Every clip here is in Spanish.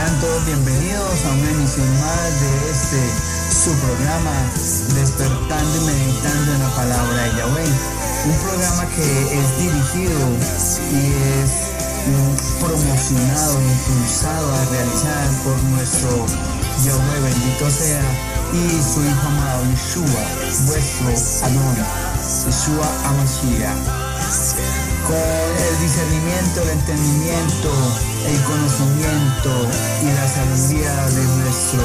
Sean todos bienvenidos a una emisión más de su programa Despertando y Meditando en la Palabra de Yahweh. Un programa que es dirigido y es promocionado, impulsado a realizar por nuestro Yahweh, bendito sea, y su Hijo amado Yeshua, vuestro Adón, Yeshua HaMashiach. Con el discernimiento, el entendimiento, el conocimiento y la sabiduría de nuestro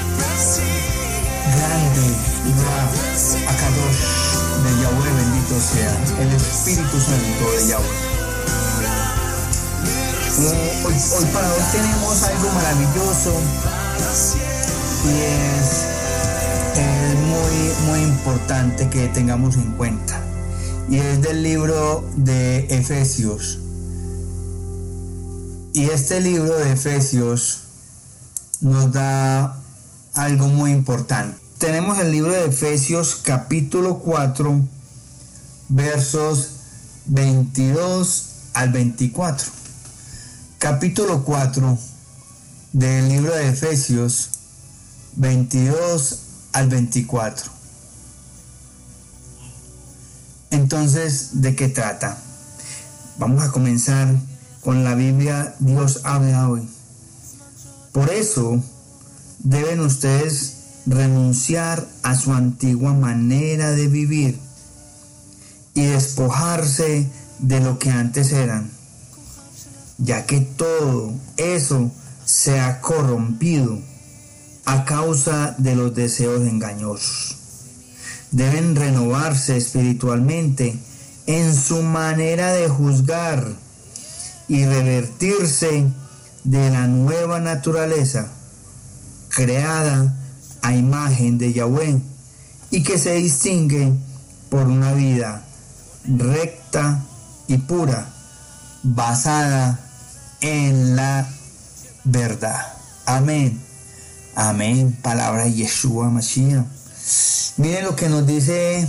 grande Akadosh de Yahweh, bendito sea, el Espíritu Santo de Yahweh. Hoy para hoy tenemos algo maravilloso y es muy importante que tengamos en cuenta. Y es del libro de Efesios. Y este libro de Efesios nos da algo muy importante. Tenemos el libro de Efesios capítulo 4, versos 22 al 24. Capítulo 4 del libro de Efesios, 22 al 24. Entonces, ¿de qué trata? Vamos a comenzar con la Biblia. Dios habla hoy. Por eso deben ustedes renunciar a su antigua manera de vivir y despojarse de lo que antes eran, ya que todo eso se ha corrompido a causa de los deseos engañosos. Deben renovarse espiritualmente en su manera de juzgar y revertirse de la nueva naturaleza creada a imagen de Yahweh y que se distingue por una vida recta y pura basada en la verdad. Amén. Amén. Palabra de Yeshua Mashiach. Miren lo que nos dice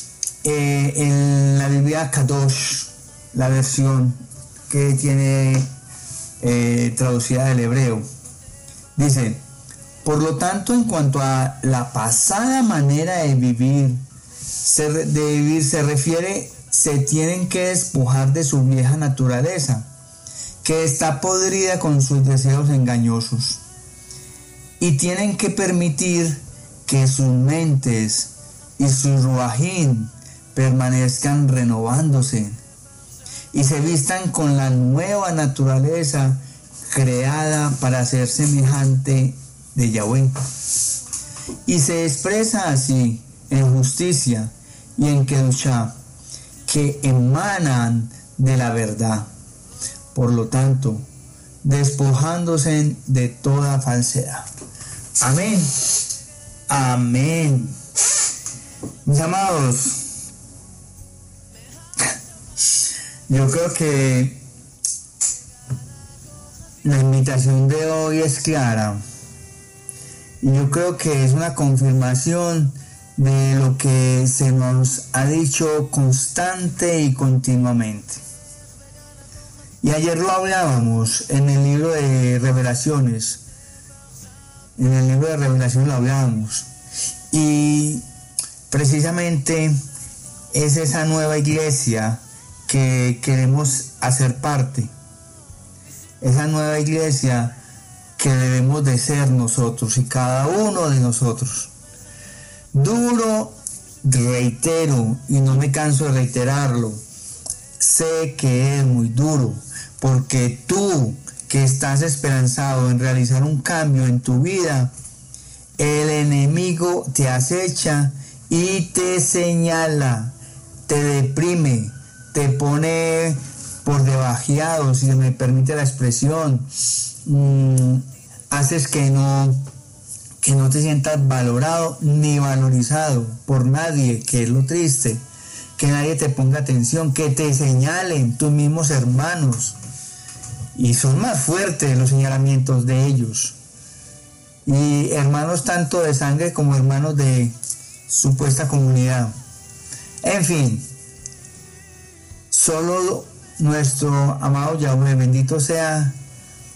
en la Biblia Kadosh, la versión que tiene traducida del hebreo. Dice: por lo tanto, en cuanto a la pasada manera de vivir se refiere, se tienen que despojar de su vieja naturaleza, que está podrida con sus deseos engañosos, y tienen que permitir que sus mentes y sus ruajín permanezcan renovándose y se vistan con la nueva naturaleza creada para ser semejante de Yahweh. Y se expresa así en justicia y en Kedushá, que emanan de la verdad. Por lo tanto, despojándose de toda falsedad. Amén. Amén. Mis amados, yo creo que la invitación de hoy es clara y yo creo que es una confirmación de lo que se nos ha dicho constante y continuamente. Y ayer lo hablábamos en el libro de Revelaciones. En el libro de Revelación lo hablábamos. Y precisamente es esa nueva iglesia que queremos hacer parte. Esa nueva iglesia que debemos de ser nosotros y cada uno de nosotros. Duro, reitero, y no me canso de reiterarlo. Sé que es muy duro, porque tú que estás esperanzado en realizar un cambio en tu vida, el enemigo te acecha y te señala, te deprime, te pone por debajeado, si se me permite la expresión, haces que no te sientas valorado ni valorizado por nadie, que es lo triste, que nadie te ponga atención, que te señalen tus mismos hermanos. Y son más fuertes los señalamientos de ellos. Y hermanos tanto de sangre como hermanos de supuesta comunidad. En fin, solo nuestro amado Yahweh, bendito sea,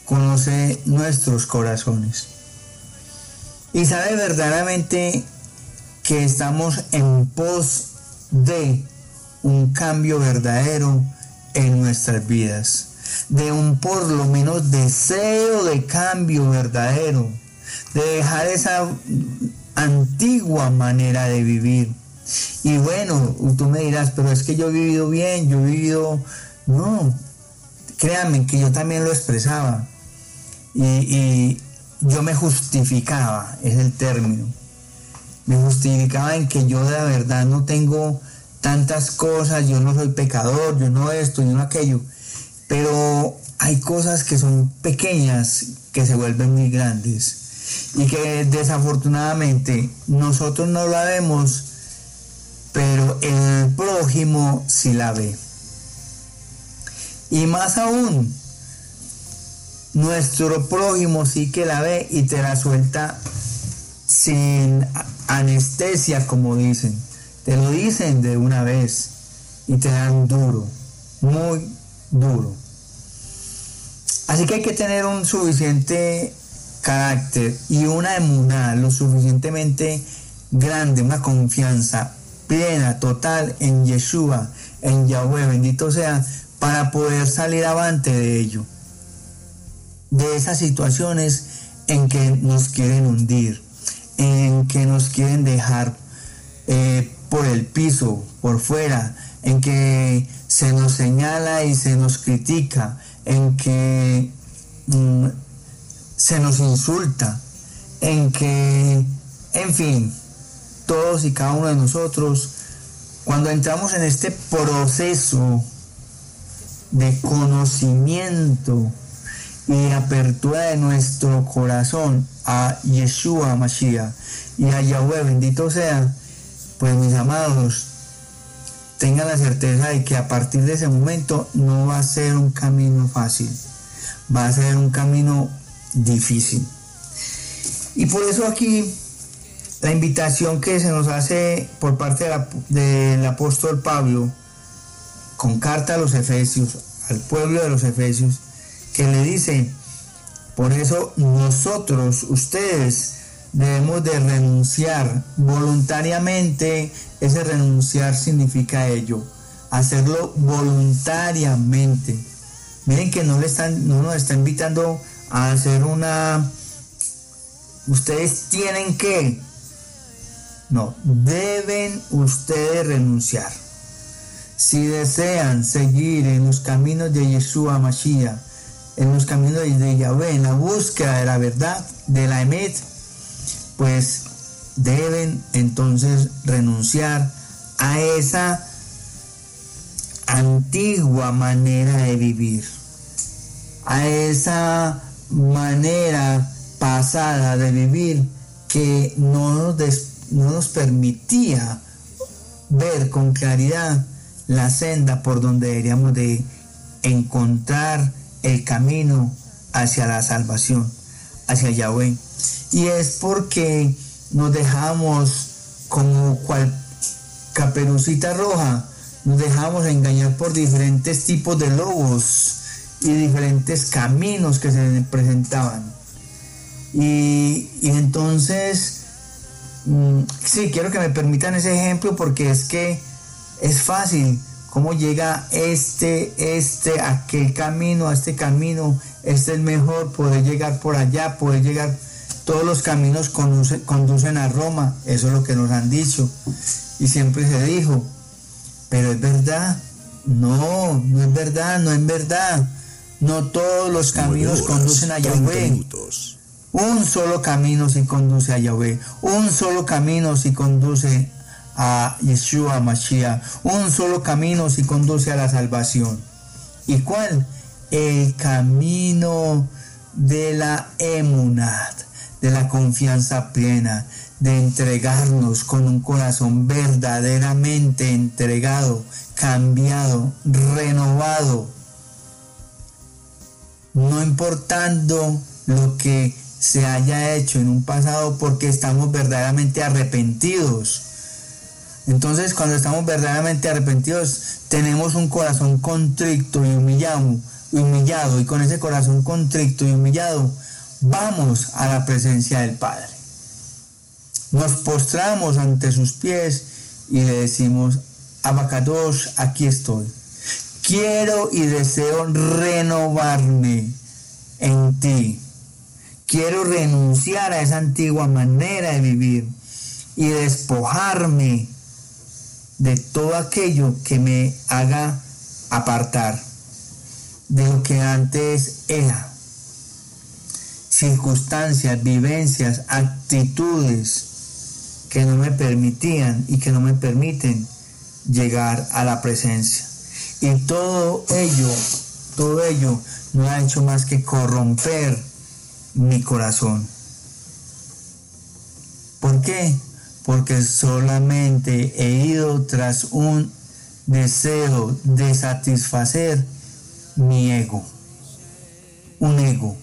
conoce nuestros corazones y sabe verdaderamente que estamos en pos de un cambio verdadero en nuestras vidas, de un por lo menos deseo de cambio verdadero, de dejar esa antigua manera de vivir. Y bueno, tú me dirás, pero es que yo he vivido bien, yo he vivido... No, créanme que yo también lo expresaba y yo me justificaba, es el término. Me justificaba en que yo de la verdad no tengo tantas cosas, yo no soy pecador, yo no esto, yo no aquello. Pero hay cosas que son pequeñas que se vuelven muy grandes y que desafortunadamente nosotros no la vemos, pero el prójimo sí la ve. Y más aún, nuestro prójimo sí que la ve y te la suelta sin anestesia, como dicen. Te lo dicen de una vez y te dan duro, muy duro. Así que hay que tener un suficiente carácter y una emuná lo suficientemente grande, una confianza plena, total en Yeshua, en Yahweh, bendito sea, para poder salir avante de ello, de esas situaciones en que nos quieren hundir, en que nos quieren dejar por el piso, por fuera, en que se nos señala y se nos critica, en que se nos insulta, en que, en fin, todos y cada uno de nosotros, cuando entramos en este proceso de conocimiento y de apertura de nuestro corazón a Yeshua Mashiach y a Yahweh, bendito sea, pues mis amados, tengan la certeza de que a partir de ese momento no va a ser un camino fácil, va a ser un camino difícil. Y por eso aquí la invitación que se nos hace por parte del apóstol Pablo con carta a los Efesios, al pueblo de los Efesios, que le dice, por eso nosotros, ustedes, debemos de renunciar voluntariamente. Ese renunciar significa ello, hacerlo voluntariamente. Miren que no nos está invitando a hacer ustedes tienen que, no, deben ustedes renunciar. Si desean seguir en los caminos de Yeshua Mashiach, en los caminos de Yahweh, en la búsqueda de la verdad, de la Emet, pues deben entonces renunciar a esa antigua manera de vivir, a esa manera pasada de vivir que no nos permitía ver con claridad la senda por donde deberíamos de encontrar el camino hacia la salvación, hacia Yahweh. Y es porque nos dejamos, como cual caperucita roja, nos dejamos engañar por diferentes tipos de lobos y diferentes caminos que se presentaban. Y entonces, sí, quiero que me permitan ese ejemplo porque es que es fácil cómo llega aquel camino, a este camino, este es mejor, poder llegar por allá, poder llegar, todos los caminos conducen a Roma, eso es lo que nos han dicho y siempre se dijo, pero es verdad, no es verdad, no todos los caminos conducen a Yahweh. Un solo camino sí conduce a Yahweh, un solo camino sí conduce a Yeshua Mashiach, un solo camino sí conduce a la salvación. ¿Y cuál? El camino de la emunat, de la confianza plena, de entregarnos con un corazón verdaderamente entregado, cambiado, renovado, no importando lo que se haya hecho en un pasado, porque estamos verdaderamente arrepentidos. Entonces, cuando estamos verdaderamente arrepentidos, tenemos un corazón contrito y humillado humillado y con ese corazón contrito y humillado, vamos a la presencia del Padre. Nos postramos ante sus pies y le decimos: Abacadosh, aquí estoy. Quiero y deseo renovarme en ti. Quiero renunciar a esa antigua manera de vivir y despojarme de todo aquello que me haga apartar de lo que antes era. Circunstancias, vivencias, actitudes que no me permitían y que no me permiten llegar a la presencia. Y todo ello no ha hecho más que corromper mi corazón. ¿Por qué? Porque solamente he ido tras un deseo de satisfacer mi ego. Un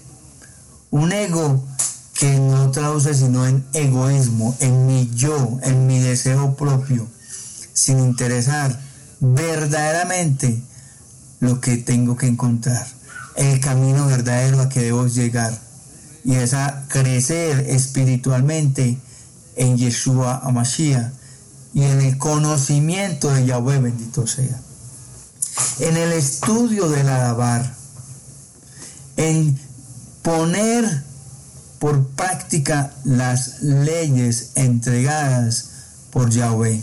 ego que no traduce sino en egoísmo, en mi yo, en mi deseo propio, sin interesar verdaderamente lo que tengo que encontrar, el camino verdadero a que debo llegar, y es a crecer espiritualmente en Yeshua HaMashiach y en el conocimiento de Yahweh, bendito sea, en el estudio del alabar, en poner por práctica las leyes entregadas por Yahweh.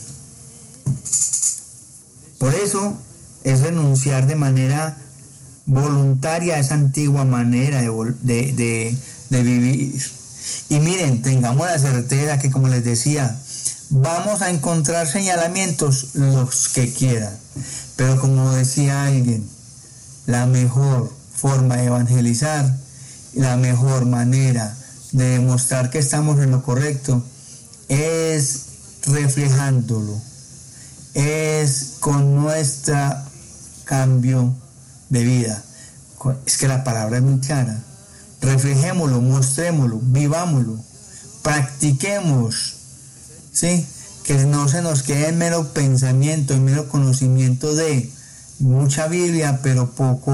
Por eso es renunciar de manera voluntaria a esa antigua manera de vivir. Y miren, tengamos la certeza que, como les decía, vamos a encontrar señalamientos los que quieran. Pero como decía alguien, la mejor forma de evangelizar y la mejor manera de demostrar que estamos en lo correcto es reflejándolo, es con nuestro cambio de vida. Es que la palabra es muy clara. Reflejémoslo, mostrémoslo, vivámoslo, practiquemos, ¿sí? Que no se nos quede en mero pensamiento, en mero conocimiento de mucha Biblia, pero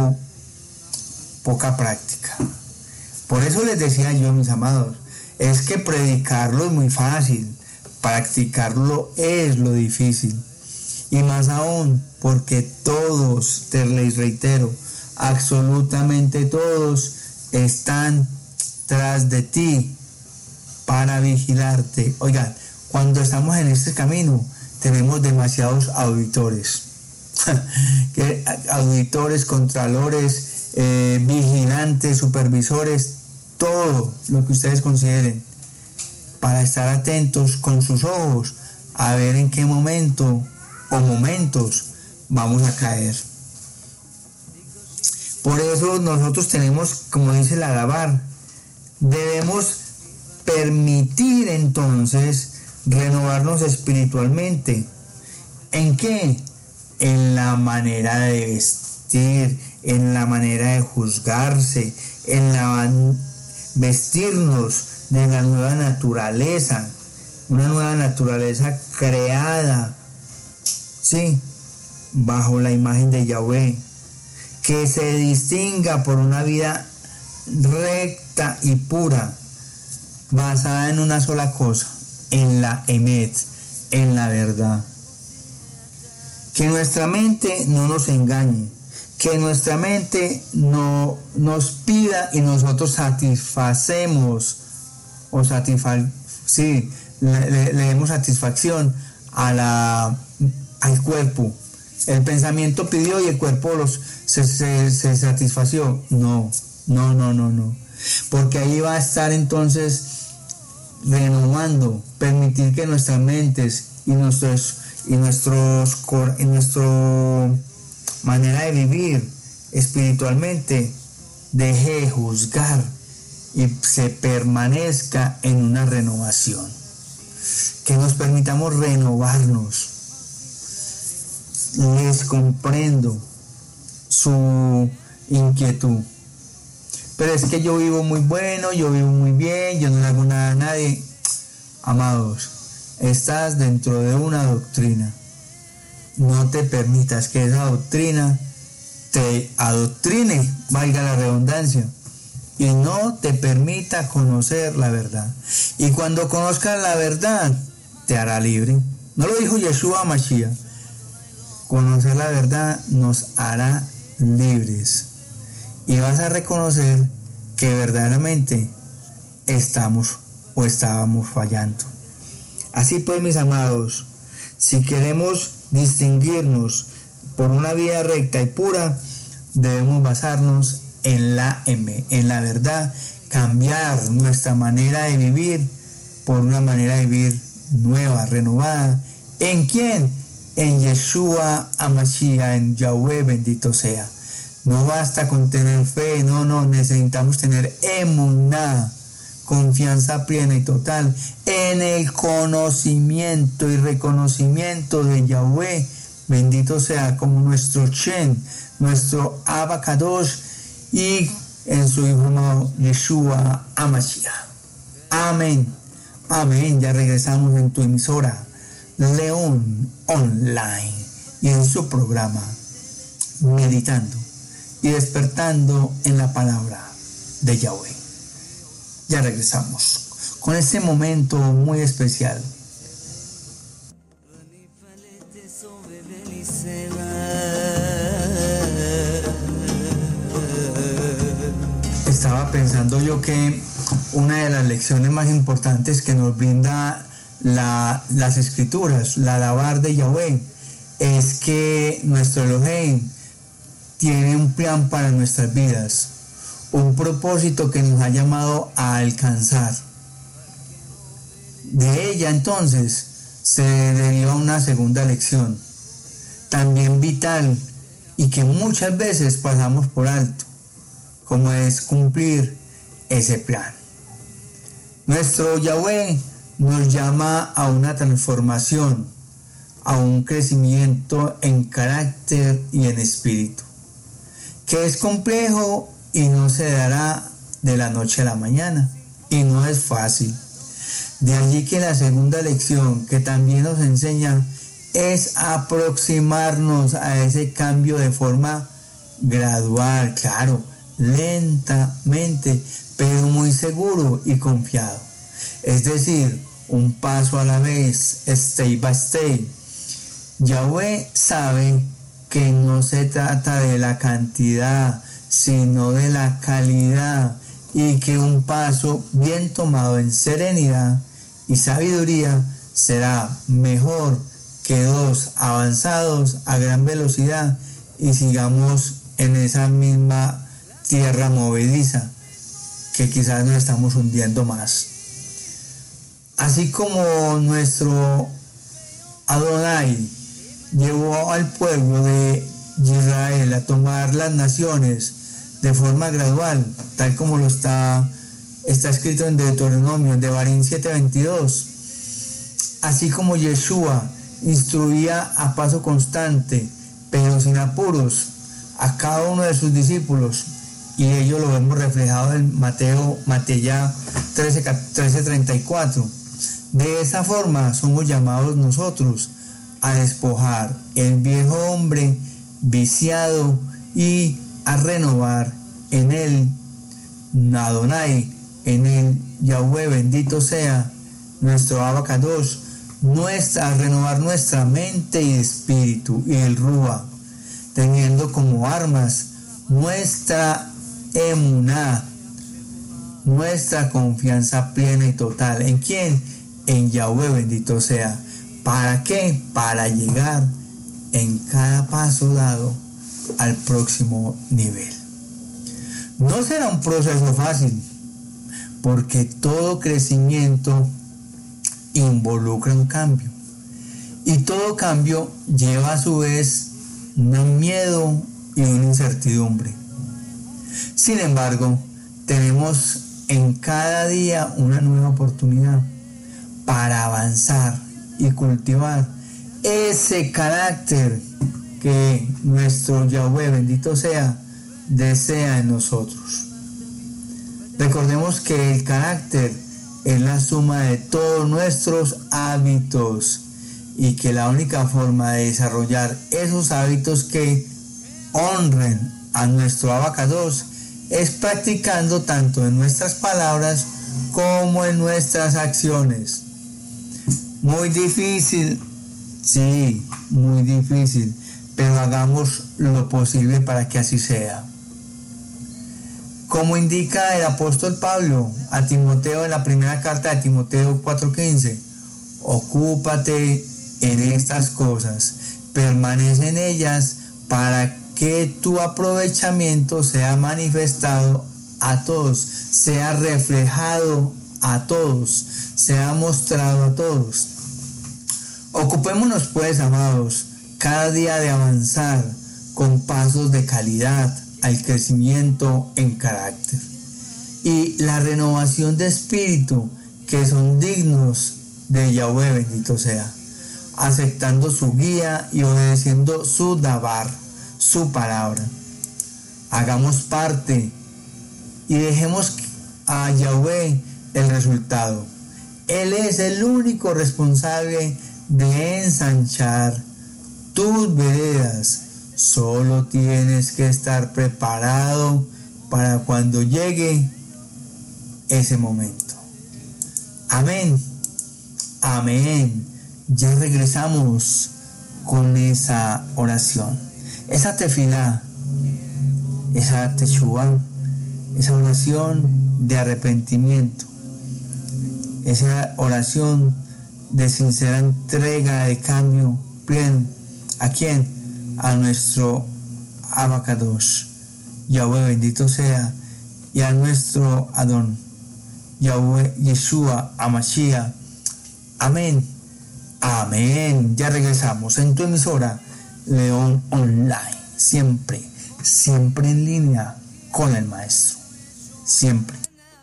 poca práctica. Por eso les decía yo, mis amados, es que predicarlo es muy fácil, practicarlo es lo difícil. Y más aún porque todos, te les reitero, absolutamente todos están tras de ti para vigilarte. Oigan, cuando estamos en este camino tenemos demasiados auditores, auditores, contralores, vigilantes, supervisores, todo lo que ustedes consideren, para estar atentos con sus ojos a ver en qué momento o momentos vamos a caer. Por eso nosotros tenemos, como dice el alabar, debemos permitir entonces renovarnos espiritualmente. ¿En qué? En la manera de vestir, en la manera de juzgarse, en la vestirnos de la nueva naturaleza, una nueva naturaleza creada, sí, bajo la imagen de Yahweh, que se distinga por una vida recta y pura, basada en una sola cosa, en la Emet, en la verdad. Que nuestra mente no nos engañe, que nuestra mente no nos pida y nosotros satisfacemos o le demos satisfacción al cuerpo. El pensamiento pidió y el cuerpo se satisfació. No. Porque ahí va a estar entonces renovando, permitir que nuestras mentes y nuestra manera de vivir espiritualmente deje de juzgar y se permanezca en una renovación. Que nos permitamos renovarnos. Les comprendo su inquietud, pero es que yo vivo muy bueno, yo vivo muy bien, yo no le hago nada a nadie. Amados, estás dentro de una doctrina. No te permitas que esa doctrina te adoctrine, valga la redundancia, y no te permita conocer la verdad. Y cuando conozcas la verdad, te hará libre. No lo dijo Yeshua Mashiach. Conocer la verdad nos hará libres. Y vas a reconocer que verdaderamente estábamos fallando. Así pues, mis amados, si queremos distinguirnos por una vida recta y pura, debemos basarnos en la verdad, cambiar nuestra manera de vivir por una manera de vivir nueva, renovada. ¿En quién? En Yeshua HaMashiach, en Yahweh bendito sea. No basta con tener fe, no, necesitamos tener emuná, confianza plena y total en el conocimiento y reconocimiento de Yahweh bendito sea, como nuestro Shen, nuestro Abba Kadosh, y en su hijo amado Yeshua HaMashiach. Amén. Amén. Ya regresamos en tu emisora León Online y en su programa Meditando y Despertando en la Palabra de Yahweh. Ya regresamos con este momento muy especial. Estaba pensando yo que una de las lecciones más importantes que nos brinda las escrituras, la Dabar de Yahweh, es que nuestro Elohim tiene un plan para nuestras vidas, un propósito que nos ha llamado a alcanzar. De ella entonces se deriva una segunda lección, también vital y que muchas veces pasamos por alto, como es cumplir ese plan. Nuestro Yahweh nos llama a una transformación, a un crecimiento en carácter y en espíritu, que es complejo y no se dará de la noche a la mañana, y no es fácil. De allí que la segunda lección que también nos enseña es aproximarnos a ese cambio de forma gradual, claro, lentamente, pero muy seguro y confiado. Es decir, un paso a la vez, step by step. Yahweh sabe que no se trata de la cantidad, sino de la calidad, y que un paso bien tomado en serenidad y sabiduría será mejor que dos avanzados a gran velocidad y sigamos en esa misma tierra movediza que quizás nos estamos hundiendo más. Así como nuestro Adonai llevó al pueblo de Israel a tomar las naciones de forma gradual, tal como lo está escrito en Deuteronomio, en Devarim 7:22, así como Yeshua instruía a paso constante, pero sin apuros, a cada uno de sus discípulos, y ello lo vemos reflejado en Mateo 13:34. De esa forma somos llamados nosotros a despojar el viejo hombre viciado y a renovar en él Adonai, en el Yahweh bendito sea, nuestro Abba Kadosh, a renovar nuestra mente y espíritu y el Ruach, teniendo como armas nuestra emuná, nuestra confianza plena y total. ¿En quién? En Yahweh bendito sea. ¿Para qué? Para llegar en cada paso dado al próximo nivel. No será un proceso fácil, porque todo crecimiento involucra un cambio, y todo cambio lleva a su vez un miedo y una incertidumbre. Sin embargo, tenemos en cada día una nueva oportunidad para avanzar y cultivar ese carácter que nuestro Yahweh bendito sea desea en nosotros. Recordemos que el carácter es la suma de todos nuestros hábitos, y que la única forma de desarrollar esos hábitos que honren a nuestro Abacados es practicando tanto en nuestras palabras como en nuestras acciones. Muy difícil, sí, muy difícil, pero hagamos lo posible para que así sea. Como indica el apóstol Pablo a Timoteo en la primera carta de Timoteo 4:15, ocúpate en estas cosas, permanece en ellas para que tu aprovechamiento sea manifestado a todos, sea reflejado a todos, sea mostrado a todos. Ocupémonos pues, amados, cada día de avanzar con pasos de calidad al crecimiento en carácter y la renovación de espíritu que son dignos de Yahweh, bendito sea, aceptando su guía y obedeciendo su dabar, su palabra. Hagamos parte y dejemos a Yahweh el resultado. Él es el único responsable de ensanchar tus veredas. Solo tienes que estar preparado para cuando llegue ese momento. Amén. Amén. Ya regresamos con esa oración, esa tefilá, esa techuvá, esa oración de arrepentimiento, esa oración de sincera entrega, de cambio pleno. ¿A quién? A nuestro Abacados, Yahweh bendito sea, y a nuestro Adón, Yahweh Yeshua Hamashiach. Amén. Amén. Ya regresamos en tu emisora León Online. Siempre, siempre en línea con el Maestro. Siempre.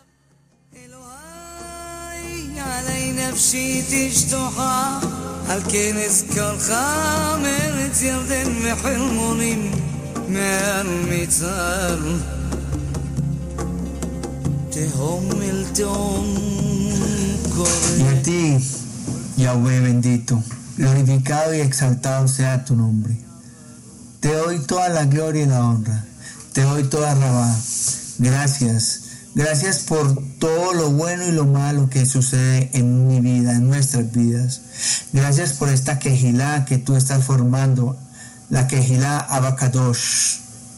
על כן אזכרך מארץ ירדן וחרמונים מעל מצר תהום אל תהום קורא. Y a ti, Yahweh bendito, glorificado y exaltado sea tu nombre. Te doy toda la gloria y la honra. Te doy toda Rabá. Gracias. Gracias por todo lo bueno y lo malo que sucede en mi vida, en nuestras vidas. Gracias por esta quejilá que tú estás formando, la quejilá Abacados.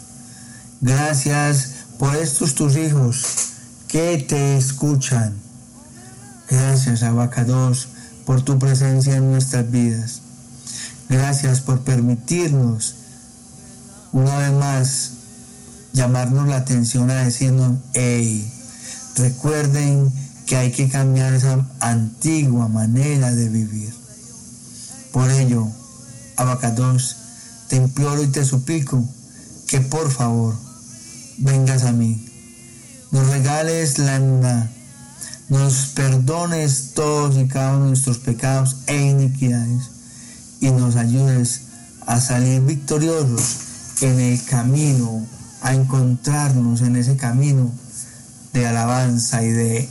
Gracias por estos tus hijos que te escuchan. Gracias, Abacados, por tu presencia en nuestras vidas. Gracias por permitirnos una vez más llamarnos la atención a decirnos, hey, recuerden que hay que cambiar esa antigua manera de vivir. Por ello, Abacados, te imploro y te suplico que por favor vengas a mí, nos regales la emuná, nos perdones todos y cada uno de nuestros pecados e iniquidades y nos ayudes a salir victoriosos en el camino, a encontrarnos en ese camino de alabanza y de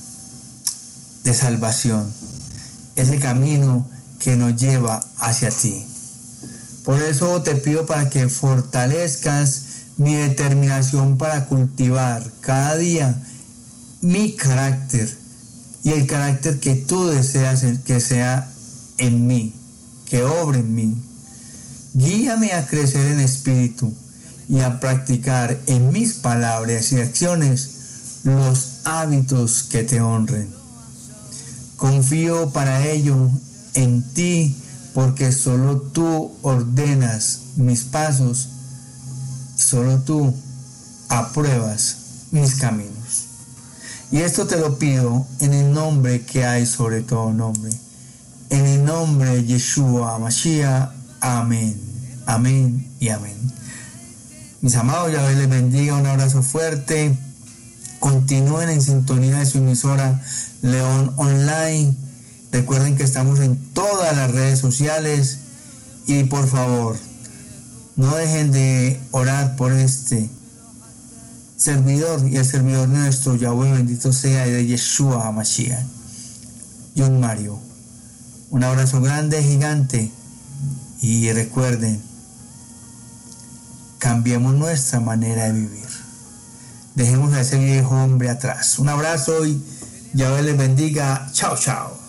salvación, ese camino que nos lleva hacia ti. Por eso te pido para que fortalezcas mi determinación para cultivar cada día mi carácter y el carácter que tú deseas que sea en mí, que obre en mí. Guíame a crecer en espíritu y a practicar en mis palabras y acciones los hábitos que te honren. Confío para ello en ti, porque solo tú ordenas mis pasos, solo tú apruebas mis caminos. Y esto te lo pido en el nombre que hay sobre todo nombre, en el nombre de Yeshua Hamashiach. Amén, amén y amén. Mis amados, Yahweh les bendiga, un abrazo fuerte. Continúen en sintonía de su emisora León Online. Recuerden que estamos en todas las redes sociales y por favor, no dejen de orar por este servidor y el servidor nuestro, Yahweh bendito sea, y de Yeshua Hamashiach. John Mario, un abrazo grande, gigante, y recuerden, cambiemos nuestra manera de vivir. Dejemos a ese viejo hombre atrás. Un abrazo y Yahweh les bendiga. Chao, chao.